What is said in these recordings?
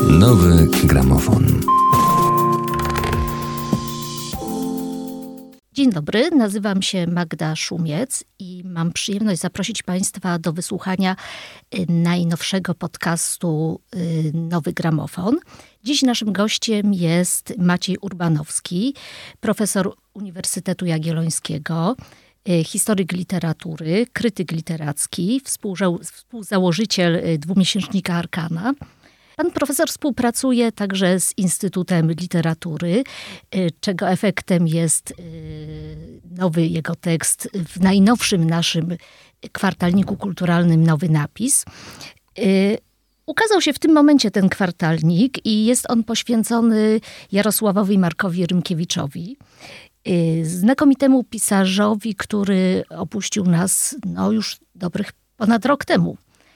Nowy gramofon. Dzień dobry, nazywam się Magda Szumiec i mam przyjemność zaprosić Państwa do wysłuchania najnowszego podcastu Nowy Gramofon. Dziś naszym gościem jest Maciej Urbanowski, profesor Uniwersytetu Jagiellońskiego, historyk literatury, krytyk literacki, współzałożyciel dwumiesięcznika Arkana. Pan profesor współpracuje także z Instytutem Literatury, czego efektem jest nowy jego tekst w najnowszym naszym kwartalniku kulturalnym Nowy Napis. Ukazał się w tym momencie ten kwartalnik i jest on poświęcony Jarosławowi Markowi Rymkiewiczowi, znakomitemu pisarzowi, który opuścił nas już dobrych ponad rok temu.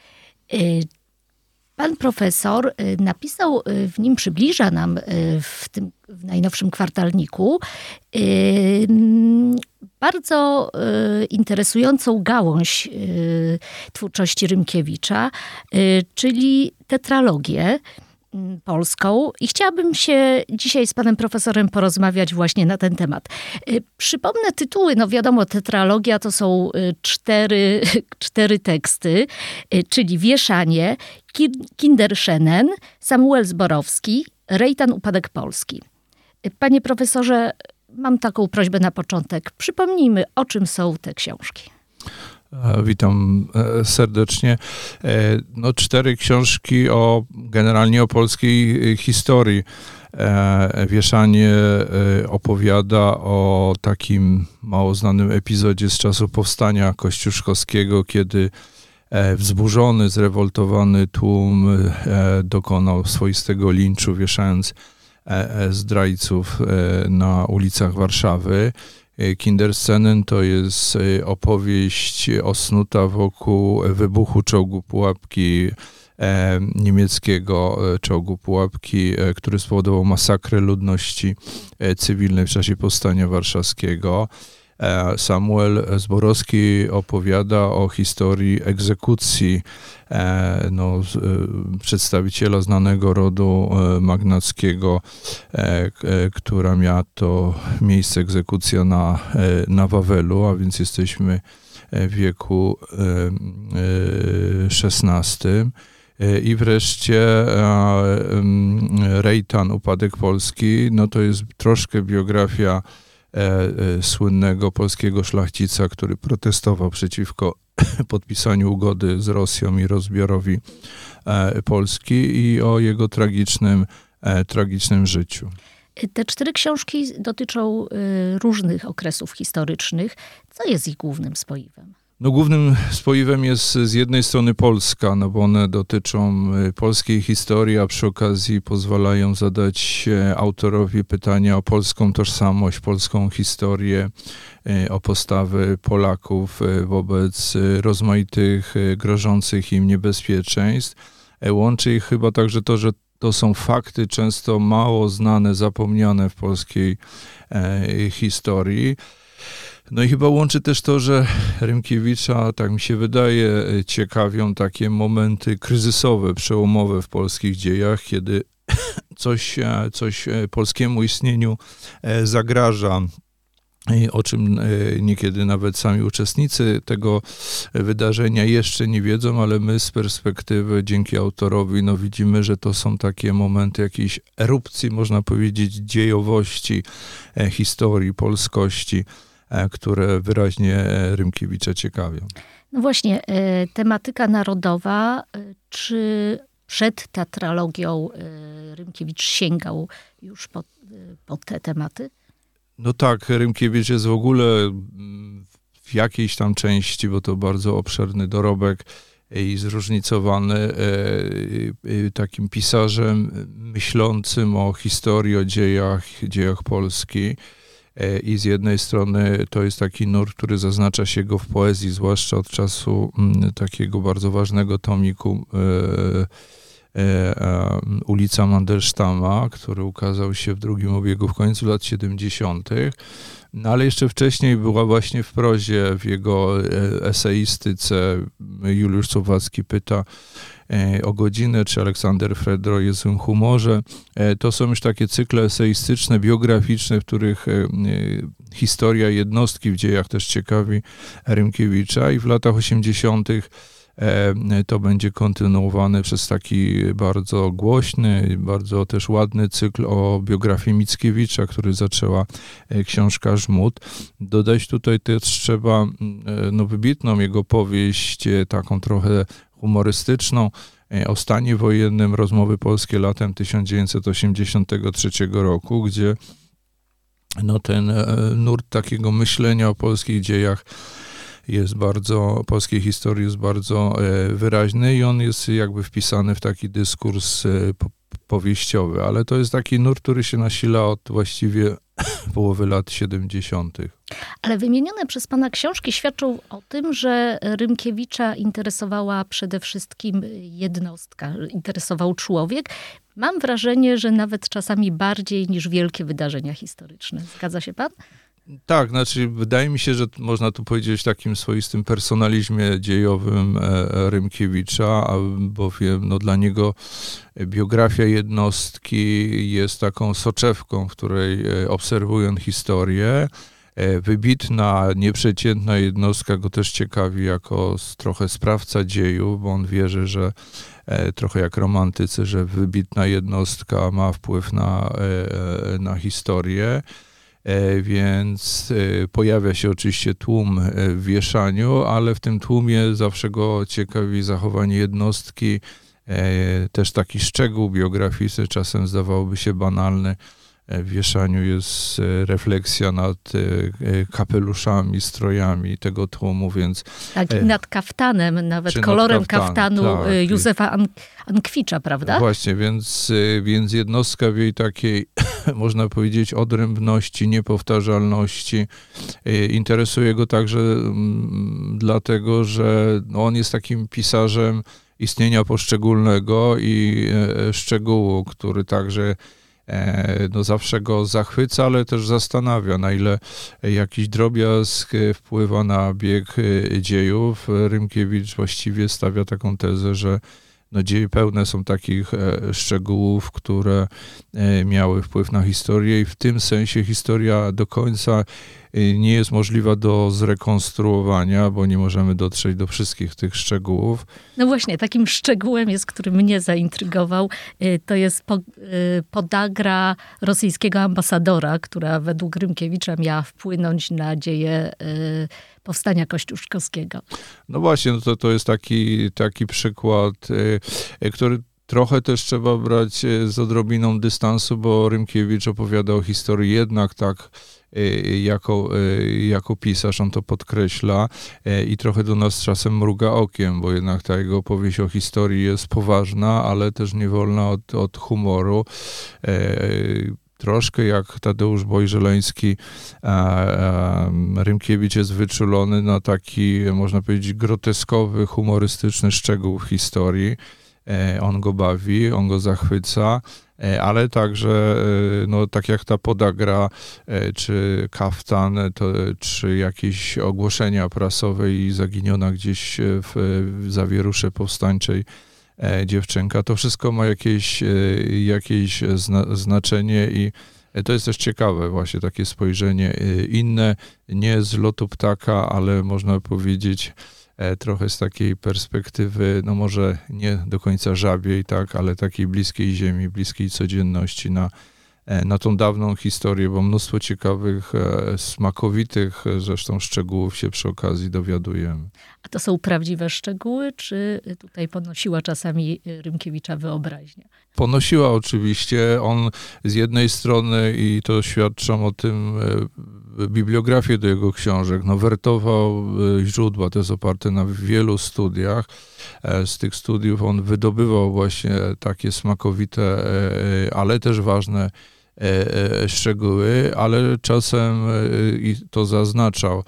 Pan profesor napisał w nim, przybliża nam w najnowszym kwartalniku bardzo interesującą gałąź twórczości Rymkiewicza, czyli tetralogię polską. I chciałabym się dzisiaj z panem profesorem porozmawiać właśnie na ten temat. Przypomnę tytuły, wiadomo, tetralogia to są cztery teksty, czyli Wieszanie, Kinderszenen, Samuel Zborowski, Rejtan Upadek Polski. Panie profesorze, mam taką prośbę na początek. Przypomnijmy, o czym są te książki. Witam serdecznie. 4 książki generalnie o polskiej historii. Wieszanie opowiada o takim mało znanym epizodzie z czasów powstania kościuszkowskiego, kiedy wzburzony, zrewoltowany tłum dokonał swoistego linczu, wieszając zdrajców na ulicach Warszawy. Kinderszenen to jest opowieść osnuta wokół wybuchu czołgu Pułapki, niemieckiego czołgu Pułapki, który spowodował masakrę ludności cywilnej w czasie powstania warszawskiego. Samuel Zborowski opowiada o historii egzekucji przedstawiciela znanego rodu magnackiego, która miała to miejsce egzekucja na Wawelu, a więc jesteśmy w wieku XVI. I wreszcie Rejtan Upadek Polski, to jest troszkę biografia słynnego polskiego szlachcica, który protestował przeciwko podpisaniu ugody z Rosją i rozbiorowi Polski i o jego tragicznym życiu. Te 4 książki dotyczą różnych okresów historycznych. Co jest ich głównym spoiwem? Głównym spoiwem jest z jednej strony Polska, bo one dotyczą polskiej historii, a przy okazji pozwalają zadać autorowi pytania o polską tożsamość, polską historię, o postawy Polaków wobec rozmaitych grożących im niebezpieczeństw. Łączy ich chyba także to, że to są fakty często mało znane, zapomniane w polskiej historii. I chyba łączy też to, że Rymkiewicza, tak mi się wydaje, ciekawią takie momenty kryzysowe, przełomowe w polskich dziejach, kiedy coś polskiemu istnieniu zagraża, o czym niekiedy nawet sami uczestnicy tego wydarzenia jeszcze nie wiedzą, ale my z perspektywy, dzięki autorowi, widzimy, że to są takie momenty jakiejś erupcji, można powiedzieć, dziejowości, historii, polskości, które wyraźnie Rymkiewicza ciekawią. Właśnie, tematyka narodowa, czy przed tetralogią Rymkiewicz sięgał już po te tematy? Tak, Rymkiewicz jest w ogóle w jakiejś tam części, bo to bardzo obszerny dorobek i zróżnicowany, takim pisarzem myślącym o historii, o dziejach Polski. I z jednej strony to jest taki nurt, który zaznacza się go w poezji, zwłaszcza od czasu takiego bardzo ważnego tomiku Ulica Mandelsztama, który ukazał się w drugim obiegu w końcu lat 70. No ale jeszcze wcześniej była właśnie w prozie, w jego eseistyce Juliusz Słowacki pyta o godzinę, czy Aleksander Fredro jest w złym humorze. To są już takie cykle eseistyczne, biograficzne, w których historia jednostki w dziejach też ciekawi Rymkiewicza i w latach 80. to będzie kontynuowane przez taki bardzo głośny, bardzo też ładny cykl o biografii Mickiewicza, który zaczęła książka Żmud. Dodać tutaj też trzeba wybitną jego powieść, taką trochę humorystyczną, o stanie wojennym, rozmowy polskie latem 1983 roku, gdzie ten nurt takiego myślenia o polskich dziejach polskiej historii jest bardzo wyraźny i on jest jakby wpisany w taki dyskurs powieściowy, ale to jest taki nurt, który się nasila od właściwie połowy lat 70. Ale wymienione przez pana książki świadczą o tym, że Rymkiewicza interesowała przede wszystkim jednostka, interesował człowiek. Mam wrażenie, że nawet czasami bardziej niż wielkie wydarzenia historyczne. Zgadza się pan? Tak, znaczy wydaje mi się, że można tu powiedzieć o takim swoistym personalizmie dziejowym Rymkiewicza, bowiem dla niego biografia jednostki jest taką soczewką, w której obserwuje on historię. Wybitna, nieprzeciętna jednostka go też ciekawi jako trochę sprawca dziejów, bo on wierzy, że trochę jak romantycy, że wybitna jednostka ma wpływ na historię. Więc pojawia się oczywiście tłum w wieszaniu, ale w tym tłumie zawsze go ciekawi zachowanie jednostki, też taki szczegół biograficzny, czasem zdawałoby się banalny. W wieszaniu jest refleksja nad kapeluszami, strojami tego tłumu, więc... Tak, i nad kaftanem, nawet kolorem kaftanu tak, Józefa Ankwicza, prawda? Właśnie, więc jednostka w jej takiej, można powiedzieć, odrębności, niepowtarzalności interesuje go także dlatego, że on jest takim pisarzem istnienia poszczególnego i szczegółu, który także zawsze go zachwyca, ale też zastanawia, na ile jakiś drobiazg wpływa na bieg dziejów. Rymkiewicz właściwie stawia taką tezę, że dzieje pełne są takich szczegółów, które miały wpływ na historię i w tym sensie historia do końca nie jest możliwa do zrekonstruowania, bo nie możemy dotrzeć do wszystkich tych szczegółów. No właśnie, takim szczegółem jest, który mnie zaintrygował, to jest podagra rosyjskiego ambasadora, która według Rymkiewicza miała wpłynąć na dzieje powstania kościuszkowskiego. No właśnie, to jest taki przykład, który trochę też trzeba brać z odrobiną dystansu, bo Rymkiewicz opowiada o historii jednak tak jako pisarz, on to podkreśla i trochę do nas czasem mruga okiem, bo jednak ta jego opowieść o historii jest poważna, ale też nie wolna od humoru. Troszkę jak Tadeusz Bojżeleński, Rymkiewicz jest wyczulony na taki, można powiedzieć, groteskowy, humorystyczny szczegół w historii. On go bawi, on go zachwyca, ale także, tak jak ta podagra, czy kaftan, czy jakieś ogłoszenia prasowe i zaginiona gdzieś w zawierusze powstańczej dziewczynka, to wszystko ma jakieś znaczenie i to jest też ciekawe, właśnie takie spojrzenie inne, nie z lotu ptaka, ale można powiedzieć trochę z takiej perspektywy, może nie do końca żabiej, tak, ale takiej bliskiej ziemi, bliskiej codzienności na tą dawną historię, bo mnóstwo ciekawych, smakowitych zresztą szczegółów się przy okazji dowiadujemy. A to są prawdziwe szczegóły, czy tutaj ponosiła czasami Rymkiewicza wyobraźnia? Ponosiła oczywiście. On z jednej strony, i to świadczą o tym bibliografie do jego książek, wertował źródła, to jest oparte na wielu studiach. Z tych studiów on wydobywał właśnie takie smakowite, ale też ważne szczegóły, ale czasem, i to zaznaczał,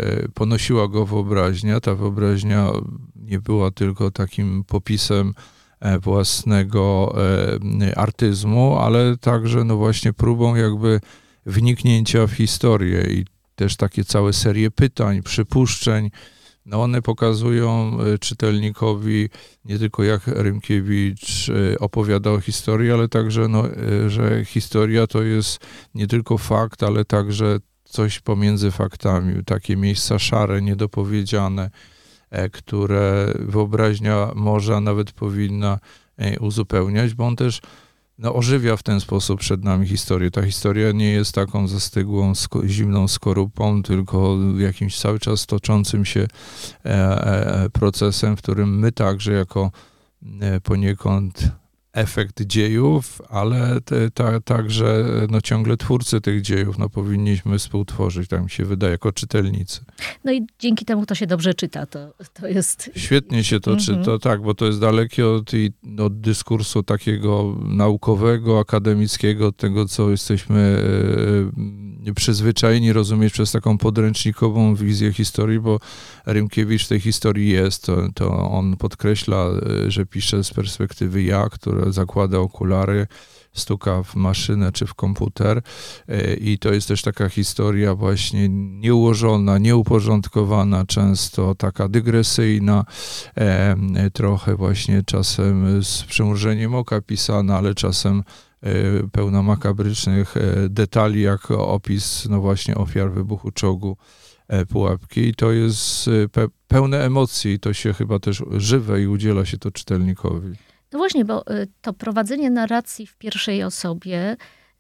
ponosiła go wyobraźnia. Ta wyobraźnia nie była tylko takim popisem własnego artyzmu, ale także no właśnie próbą jakby wniknięcia w historię i też takie całe serie pytań, przypuszczeń. No one pokazują czytelnikowi nie tylko jak Rymkiewicz opowiada o historii, ale także, no, że historia to jest nie tylko fakt, ale także coś pomiędzy faktami. Takie miejsca szare, niedopowiedziane, które wyobraźnia może, a nawet powinna uzupełniać, bo on też ożywia w ten sposób przed nami historię. Ta historia nie jest taką zastygłą, zimną skorupą, tylko jakimś cały czas toczącym się procesem, w którym my także jako poniekąd efekt dziejów, ale także ciągle twórcy tych dziejów powinniśmy współtworzyć, tak mi się wydaje, jako czytelnicy. No i dzięki temu to się dobrze czyta. To jest... Świetnie się to czyta, tak, bo to jest dalekie od dyskursu takiego naukowego, akademickiego, od tego, co jesteśmy przyzwyczajeni rozumieć przez taką podręcznikową wizję historii, bo Rymkiewicz w tej historii jest. To on podkreśla, że pisze z perspektywy ja, które zakłada okulary, stuka w maszynę czy w komputer i to jest też taka historia właśnie nieułożona, nieuporządkowana, często taka dygresyjna, trochę właśnie czasem z przymrużeniem oka pisana, ale czasem pełna makabrycznych detali, jak opis właśnie ofiar wybuchu czołgu Pułapki. I to jest pełne emocji i to się chyba też żywe i udziela się to czytelnikowi. No właśnie, bo to prowadzenie narracji w pierwszej osobie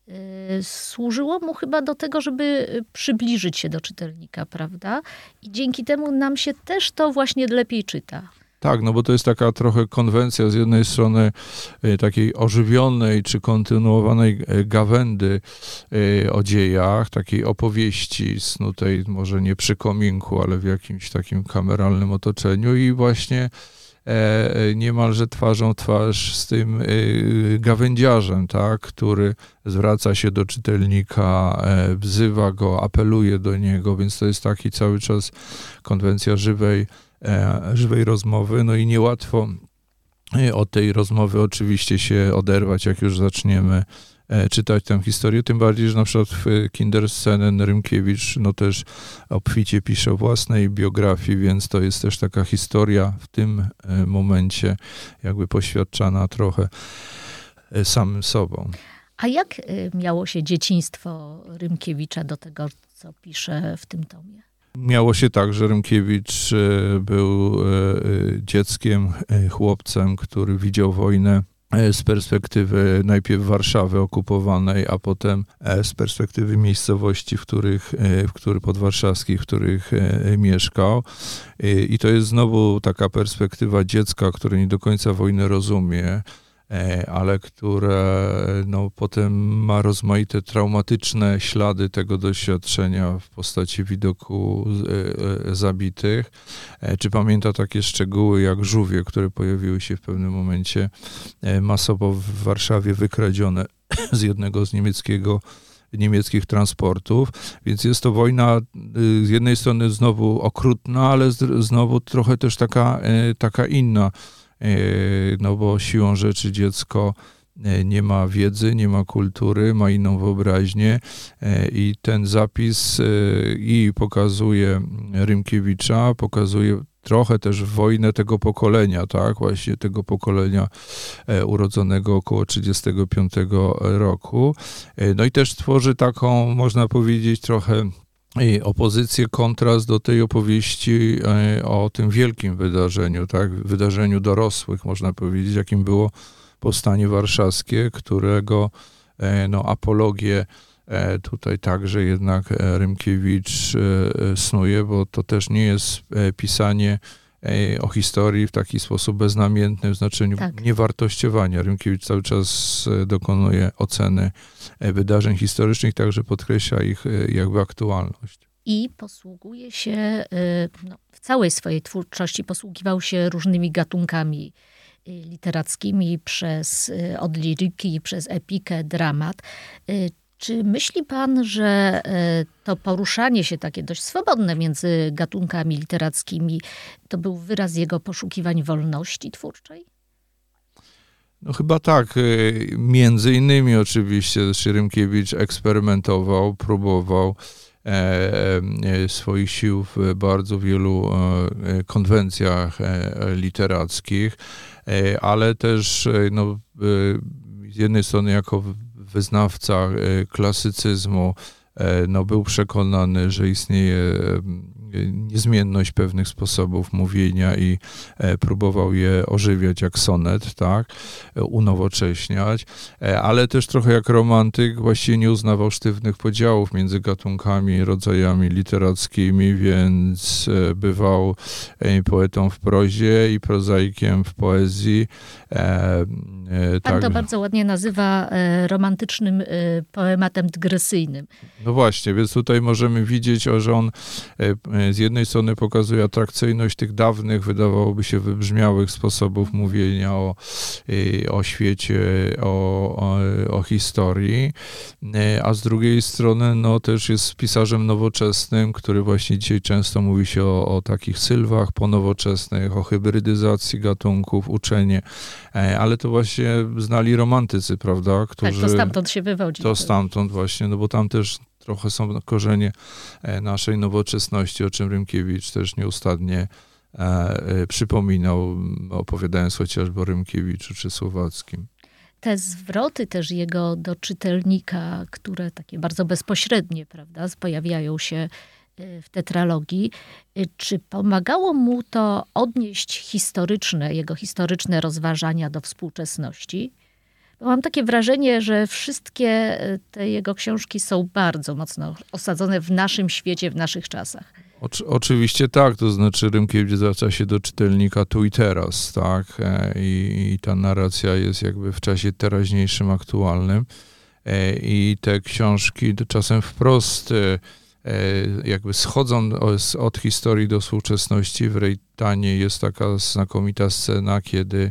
służyło mu chyba do tego, żeby przybliżyć się do czytelnika, prawda? I dzięki temu nam się też to właśnie lepiej czyta. Tak, no bo to jest taka trochę konwencja z jednej strony takiej ożywionej czy kontynuowanej gawędy o dziejach, takiej opowieści snutej może nie przy kominku, ale w jakimś takim kameralnym otoczeniu i właśnie niemalże twarzą twarz z tym gawędziarzem, tak, który zwraca się do czytelnika, wzywa go, apeluje do niego, więc to jest taki cały czas konwencja żywej rozmowy, no i niełatwo od tej rozmowy oczywiście się oderwać, jak już zaczniemy czytać tę historię, tym bardziej, że na przykład w Kinderscenen Rymkiewicz też obficie pisze o własnej biografii, więc to jest też taka historia w tym momencie jakby poświadczana trochę samym sobą. A jak miało się dzieciństwo Rymkiewicza do tego, co pisze w tym tomie? Miało się tak, że Rymkiewicz był dzieckiem, chłopcem, który widział wojnę z perspektywy najpierw Warszawy okupowanej, a potem z perspektywy miejscowości, podwarszawskich, w których mieszkał. I to jest znowu taka perspektywa dziecka, które nie do końca wojnę rozumie, ale które potem ma rozmaite traumatyczne ślady tego doświadczenia w postaci widoku zabitych. Czy pamięta takie szczegóły jak żółwie, które pojawiły się w pewnym momencie masowo w Warszawie, wykradzione z jednego z niemieckich transportów, więc jest to wojna z jednej strony znowu okrutna, ale znowu trochę też taka inna. Bo siłą rzeczy dziecko nie ma wiedzy, nie ma kultury, ma inną wyobraźnię i ten zapis i pokazuje Rymkiewicza, pokazuje trochę też wojnę tego pokolenia, tak, właśnie tego pokolenia urodzonego około 1935 roku. No i też tworzy taką, można powiedzieć, trochę opozycję, kontrast do tej opowieści o tym wielkim wydarzeniu, tak? Wydarzeniu dorosłych, można powiedzieć, jakim było Powstanie Warszawskie, którego apologię tutaj także jednak Rymkiewicz snuje, bo to też nie jest pisanie o historii w taki sposób beznamiętny, w znaczeniu niewartościowania. Rymkiewicz cały czas dokonuje oceny wydarzeń historycznych, także podkreśla ich jakby aktualność. I posługuje się, w całej swojej twórczości posługiwał się różnymi gatunkami literackimi, od liryki, przez epikę, dramat. Czy myśli pan, że to poruszanie się takie dość swobodne między gatunkami literackimi to był wyraz jego poszukiwań wolności twórczej? No chyba tak. Między innymi oczywiście Rymkiewicz eksperymentował, próbował swoich sił w bardzo wielu konwencjach literackich, ale też no, z jednej strony jako wyznawca klasycyzmu no, był przekonany, że istnieje niezmienność pewnych sposobów mówienia i próbował je ożywiać jak sonet, tak, unowocześniać, ale też trochę jak romantyk właściwie nie uznawał sztywnych podziałów między gatunkami, rodzajami literackimi, więc bywał poetą w prozie i prozaikiem w poezji. Pan to bardzo ładnie nazywa romantycznym poematem dygresyjnym. No właśnie, więc tutaj możemy widzieć, że on z jednej strony pokazuje atrakcyjność tych dawnych, wydawałoby się wybrzmiałych sposobów mówienia o świecie, o historii, a z drugiej strony no, też jest pisarzem nowoczesnym, który właśnie dzisiaj często mówi się o takich sylwach ponowoczesnych, o hybrydyzacji gatunków, uczenie, ale to właśnie znali romantycy, prawda? Którzy, tak, to stamtąd się wywodzi. To stamtąd właśnie, no bo tam też trochę są korzenie naszej nowoczesności, o czym Rymkiewicz też nieustannie przypominał, opowiadając chociażby o Rymkiewiczu czy Słowackim. Te zwroty też jego do czytelnika, które takie bardzo bezpośrednie, prawda, pojawiają się w tetralogii. Czy pomagało mu to odnieść jego historyczne rozważania do współczesności? Bo mam takie wrażenie, że wszystkie te jego książki są bardzo mocno osadzone w naszym świecie, w naszych czasach. Oczywiście tak, to znaczy Rymkiewicz zwraca się do czytelnika tu i teraz, tak? I ta narracja jest jakby w czasie teraźniejszym, aktualnym. I te książki czasem wprost jakby schodzą od historii do współczesności. W Rejtanie jest taka znakomita scena, kiedy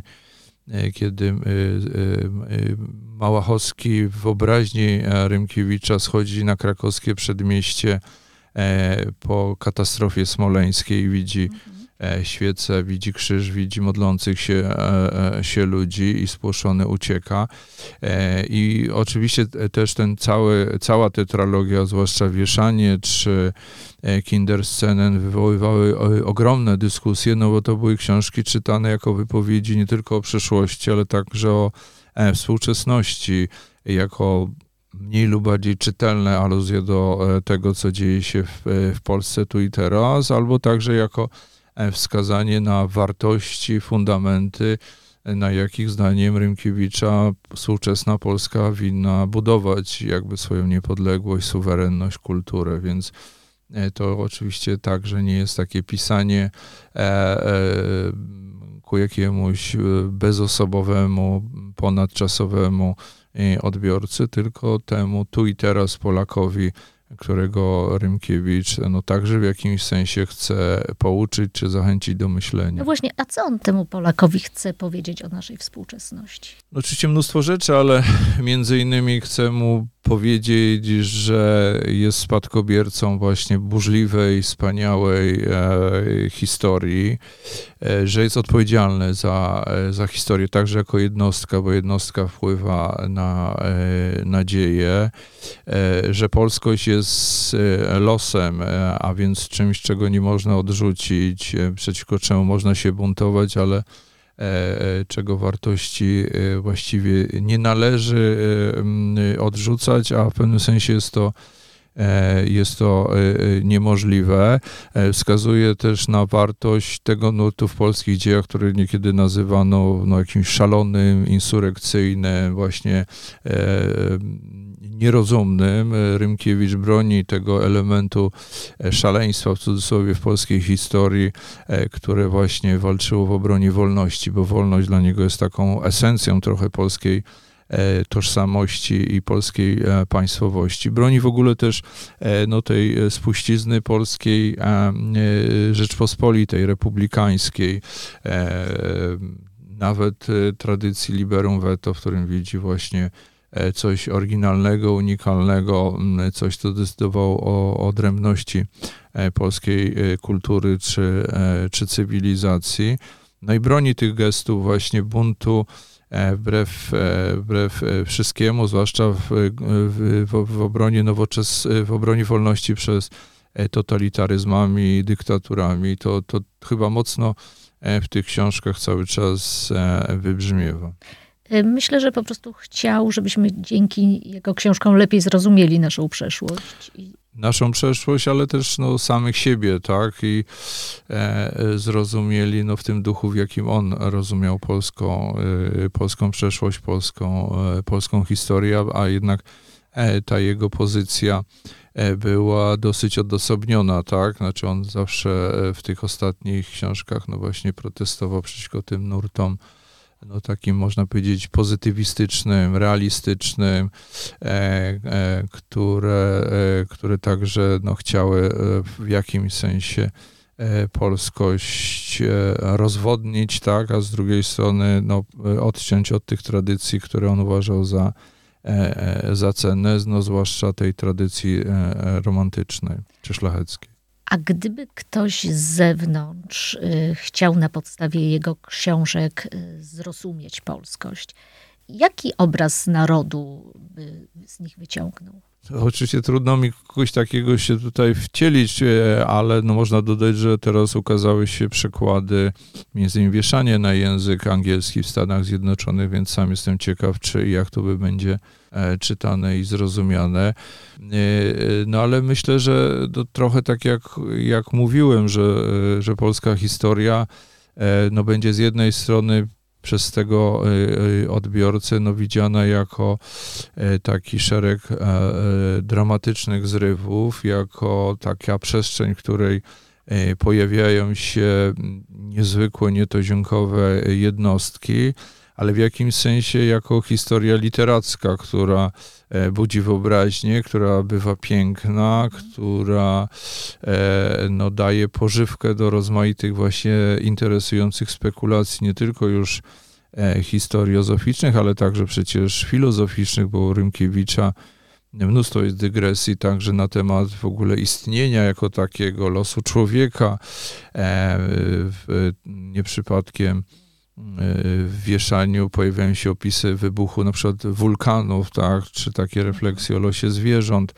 Małachowski w wyobraźni Rymkiewicza schodzi na krakowskie przedmieście po katastrofie smoleńskiej, widzi świecę, widzi krzyż, widzi modlących się ludzi i spłoszony ucieka. I oczywiście też cała tetralogia, zwłaszcza Wieszanie czy Kinderscenen wywoływały ogromne dyskusje, no bo to były książki czytane jako wypowiedzi nie tylko o przeszłości, ale także o współczesności, jako mniej lub bardziej czytelne aluzje do tego, co dzieje się w Polsce tu i teraz, albo także jako wskazanie na wartości, fundamenty, na jakich zdaniem Rymkiewicza współczesna Polska winna budować jakby swoją niepodległość, suwerenność, kulturę, więc to oczywiście także nie jest takie pisanie ku jakiemuś bezosobowemu, ponadczasowemu odbiorcy, tylko temu tu i teraz Polakowi, którego Rymkiewicz no także w jakimś sensie chce pouczyć czy zachęcić do myślenia. No właśnie, a co on temu Polakowi chce powiedzieć o naszej współczesności? No oczywiście mnóstwo rzeczy, ale między innymi chce mu powiedzieć, że jest spadkobiercą właśnie burzliwej, wspaniałej historii, że jest odpowiedzialny za historię także jako jednostka, bo jednostka wpływa na nadzieję, że polskość jest losem, a więc czymś, czego nie można odrzucić, przeciwko czemu można się buntować, ale czego wartości właściwie nie należy odrzucać, a w pewnym sensie jest to niemożliwe. Wskazuje też na wartość tego nurtu w polskich dziejach, który niekiedy nazywano jakimś szalonym, insurekcyjnym, właśnie nierozumnym. Rymkiewicz broni tego elementu szaleństwa, w cudzysłowie, w polskiej historii, które właśnie walczyło w obronie wolności, bo wolność dla niego jest taką esencją trochę polskiej tożsamości i polskiej państwowości. Broni w ogóle też tej spuścizny polskiej Rzeczpospolitej, republikańskiej, nawet tradycji liberum veto, w którym widzi właśnie coś oryginalnego, unikalnego, coś, co decydowało o odrębności polskiej kultury czy cywilizacji. No i broni tych gestów właśnie buntu wbrew wszystkiemu, zwłaszcza w obronie w obronie wolności przez totalitaryzmami, dyktaturami, to chyba mocno w tych książkach cały czas wybrzmiewa. Myślę, że po prostu chciał, żebyśmy dzięki jego książkom lepiej zrozumieli naszą przeszłość. Naszą przeszłość, ale też samych siebie, tak? I zrozumieli w tym duchu, w jakim on rozumiał polską przeszłość, polską historię, a jednak ta jego pozycja była dosyć odosobniona, tak? Znaczy on zawsze w tych ostatnich książkach właśnie protestował przeciwko tym nurtom takim, można powiedzieć, pozytywistycznym, realistycznym, które także chciały w jakimś sensie polskość rozwodnić, tak, a z drugiej strony odciąć od tych tradycji, które on uważał za cenne, zwłaszcza tej tradycji romantycznej czy szlacheckiej. A gdyby ktoś z zewnątrz chciał na podstawie jego książek zrozumieć polskość, jaki obraz narodu by z nich wyciągnął? Oczywiście trudno mi kogoś takiego się tutaj wcielić, ale można dodać, że teraz ukazały się przykłady, między innymi wieszanie na język angielski w Stanach Zjednoczonych, więc sam jestem ciekaw, czy i jak to będzie czytane i zrozumiane. Ale myślę, że to trochę tak jak mówiłem, że polska historia będzie z jednej strony przez tego odbiorcę widziana jako taki szereg dramatycznych zrywów, jako taka przestrzeń, w której pojawiają się niezwykłe, nietuzinkowe jednostki, ale w jakimś sensie jako historia literacka, która budzi wyobraźnię, która bywa piękna, która daje pożywkę do rozmaitych właśnie interesujących spekulacji, nie tylko już historiozoficznych, ale także przecież filozoficznych, bo u Rymkiewicza mnóstwo jest dygresji także na temat w ogóle istnienia jako takiego, losu człowieka. Nie przypadkiem w Wieszaniu pojawiają się opisy wybuchu na przykład wulkanów, tak, czy takie refleksje o losie zwierząt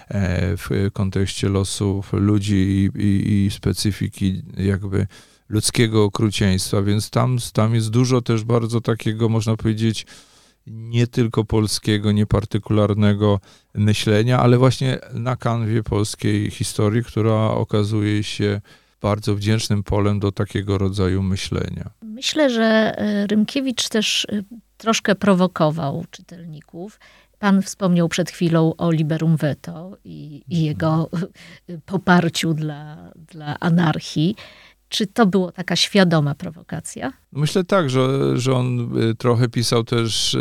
w kontekście losów ludzi i specyfiki jakby ludzkiego okrucieństwa, więc tam jest dużo też bardzo takiego, można powiedzieć, nie tylko polskiego, niepartykularnego myślenia, ale właśnie na kanwie polskiej historii, która okazuje się bardzo wdzięcznym polem do takiego rodzaju myślenia. Myślę, że Rymkiewicz też troszkę prowokował czytelników. Pan wspomniał przed chwilą o liberum veto i jego poparciu dla anarchii. Czy to była taka świadoma prowokacja? Myślę tak, że on trochę pisał też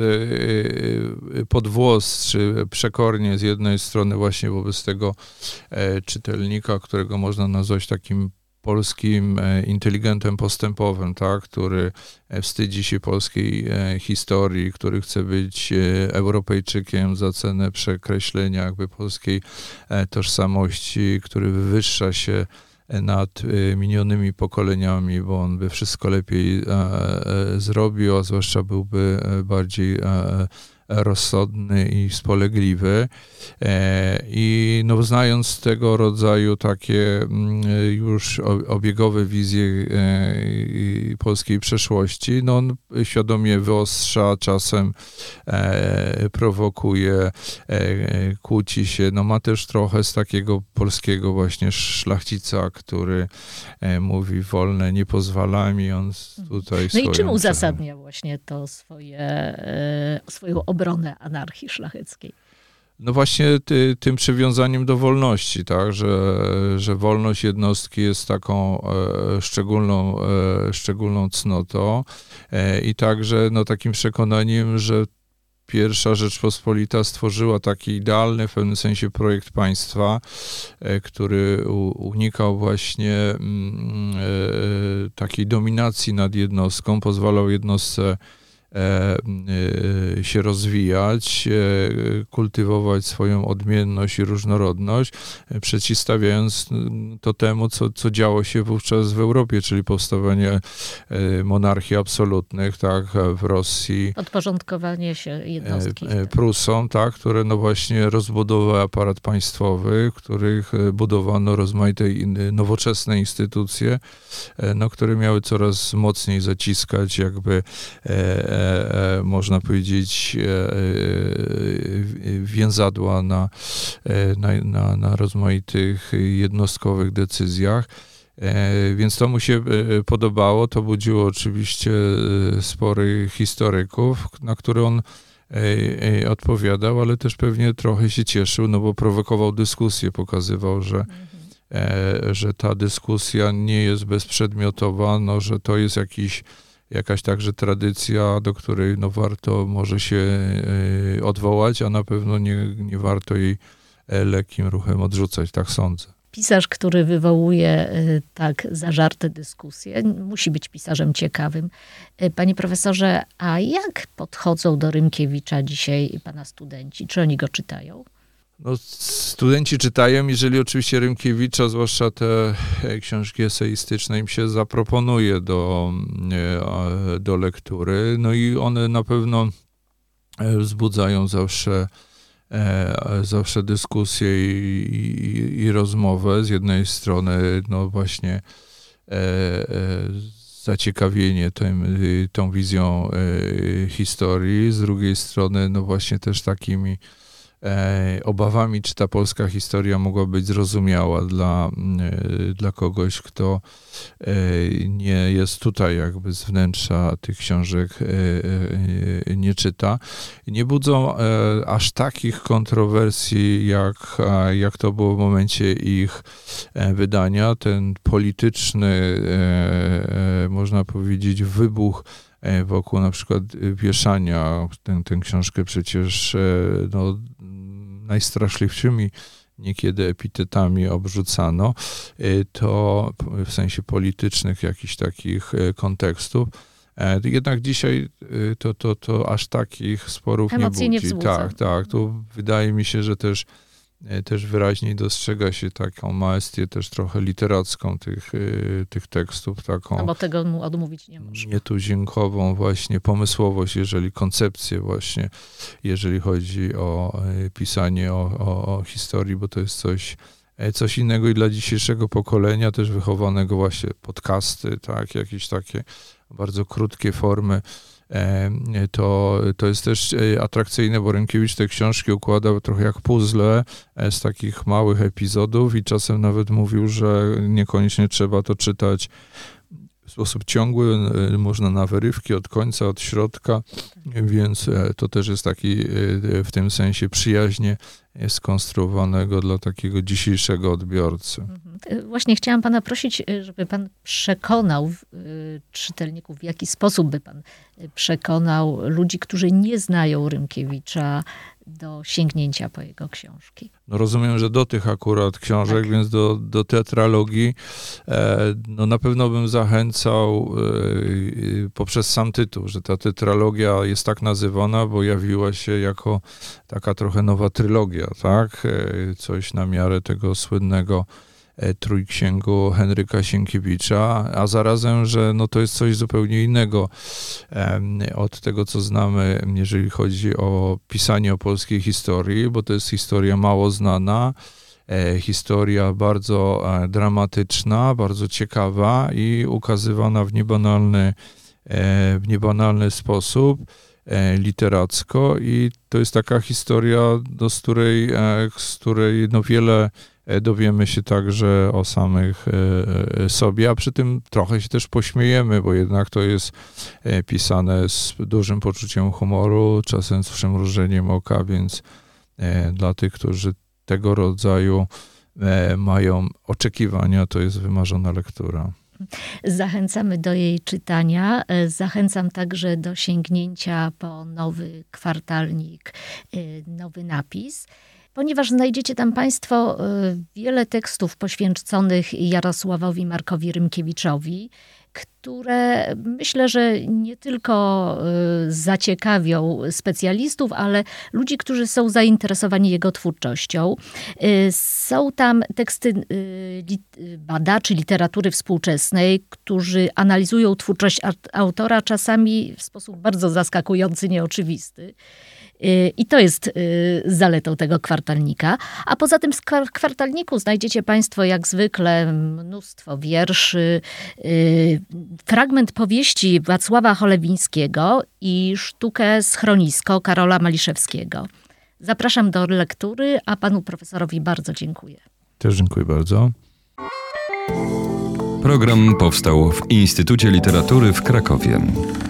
pod włos, czy przekornie z jednej strony właśnie wobec tego czytelnika, którego można nazwać takim polskim inteligentem postępowym, tak, który wstydzi się polskiej historii, który chce być Europejczykiem za cenę przekreślenia jakby polskiej tożsamości, który wywyższa się nad minionymi pokoleniami, bo on by wszystko lepiej zrobił, a zwłaszcza byłby bardziej rozsądny i spolegliwy. I znając tego rodzaju takie już obiegowe wizje polskiej przeszłości, on świadomie wyostrza, czasem prowokuje, kłóci się. Ma też trochę z takiego polskiego właśnie szlachcica, który mówi wolne nie pozwala mi, on tutaj i czym uzasadnia właśnie to swoją obronę anarchii szlacheckiej? Właśnie tym przywiązaniem do wolności, tak, że wolność jednostki jest taką szczególną cnotą i także takim przekonaniem, że Pierwsza Rzeczpospolita stworzyła taki idealny w pewnym sensie projekt państwa, który unikał właśnie takiej dominacji nad jednostką, pozwalał jednostce się rozwijać, kultywować swoją odmienność i różnorodność, przeciwstawiając to temu, co działo się wówczas w Europie, czyli powstawanie monarchii absolutnych, tak, w Rosji. Podporządkowanie się jednostki. Prusom, tak, które no właśnie rozbudowały aparat państwowy, w których budowano rozmaite nowoczesne instytucje, no, które miały coraz mocniej zaciskać jakby można powiedzieć więzadła na rozmaitych jednostkowych decyzjach. Więc to mu się podobało, to budziło oczywiście spory historyków, na które on odpowiadał, ale też pewnie trochę się cieszył, no bo prowokował dyskusję, pokazywał, że ta dyskusja nie jest bezprzedmiotowa, no, że to jest jakaś także tradycja, do której no, warto może się odwołać, a na pewno nie warto jej lekkim ruchem odrzucać, tak sądzę. Pisarz, który wywołuje tak zażarte dyskusje, musi być pisarzem ciekawym. Panie profesorze, a jak podchodzą do Rymkiewicza dzisiaj pana studenci? Czy oni go czytają? No, studenci czytają, jeżeli oczywiście Rymkiewicza, zwłaszcza te książki eseistyczne, im się zaproponuje do lektury. No i one na pewno wzbudzają zawsze dyskusję i rozmowę. Z jednej strony, no właśnie zaciekawienie tą wizją historii, z drugiej strony, no właśnie też takimi obawami, czy ta polska historia mogła być zrozumiała dla kogoś, kto nie jest tutaj jakby z wnętrza tych książek, nie czyta. Nie budzą aż takich kontrowersji, jak to było w momencie ich wydania. Ten polityczny, można powiedzieć, wybuch wokół na przykład wieszania, tę książkę przecież no, najstraszliwszymi niekiedy epitetami obrzucano, to w sensie politycznych jakichś takich kontekstów. Jednak dzisiaj to aż takich sporów emocje nie budzi. Nie tak. Tu wydaje mi się, że też wyraźniej dostrzega się taką maestię też trochę literacką tych tekstów, taką... No bo tego mu odmówić nie można. Nietuzinkową właśnie pomysłowość, koncepcję właśnie, jeżeli chodzi o pisanie o historii, bo to jest coś innego i dla dzisiejszego pokolenia, też wychowanego właśnie podcasty, tak, jakieś takie bardzo krótkie formy. To jest też atrakcyjne, bo Rymkiewicz te książki układał trochę jak puzzle z takich małych epizodów i czasem nawet mówił, że niekoniecznie trzeba to czytać w sposób ciągły, można na wyrywki od końca, od środka, więc to też jest taki w tym sensie przyjaźnie skonstruowanego dla takiego dzisiejszego odbiorcy. Właśnie chciałam pana prosić, żeby pan przekonał czytelników, w jaki sposób by pan przekonał ludzi, którzy nie znają Rymkiewicza, do sięgnięcia po jego książki. No rozumiem, że do tych akurat książek, tak. Więc do teatrologii no na pewno bym zachęcał poprzez sam tytuł, że ta tetralogia jest tak nazywana, bo jawiła się jako taka trochę nowa trylogia, tak? Coś na miarę tego słynnego trójksięgu Henryka Sienkiewicza, a zarazem, że no to jest coś zupełnie innego od tego, co znamy, jeżeli chodzi o pisanie o polskiej historii, bo to jest historia mało znana, historia bardzo dramatyczna, bardzo ciekawa i ukazywana w niebanalny sposób, literacko, i to jest taka historia, z której no wiele dowiemy się także o samych sobie, a przy tym trochę się też pośmiejemy, bo jednak to jest pisane z dużym poczuciem humoru, czasem z przymrużeniem oka, więc dla tych, którzy tego rodzaju mają oczekiwania, to jest wymarzona lektura. Zachęcamy do jej czytania. Zachęcam także do sięgnięcia po nowy kwartalnik, nowy napis, ponieważ znajdziecie tam państwo wiele tekstów poświęconych Jarosławowi Markowi Rymkiewiczowi, które myślę, że nie tylko zaciekawią specjalistów, ale ludzi, którzy są zainteresowani jego twórczością. Są tam teksty badaczy literatury współczesnej, którzy analizują twórczość autora czasami w sposób bardzo zaskakujący, nieoczywisty. I to jest zaletą tego kwartalnika. A poza tym w kwartalniku znajdziecie Państwo jak zwykle mnóstwo wierszy, fragment powieści Wacława Cholewińskiego i sztukę Schronisko Karola Maliszewskiego. Zapraszam do lektury, a panu profesorowi bardzo dziękuję. Też dziękuję bardzo. Program powstał w Instytucie Literatury w Krakowie.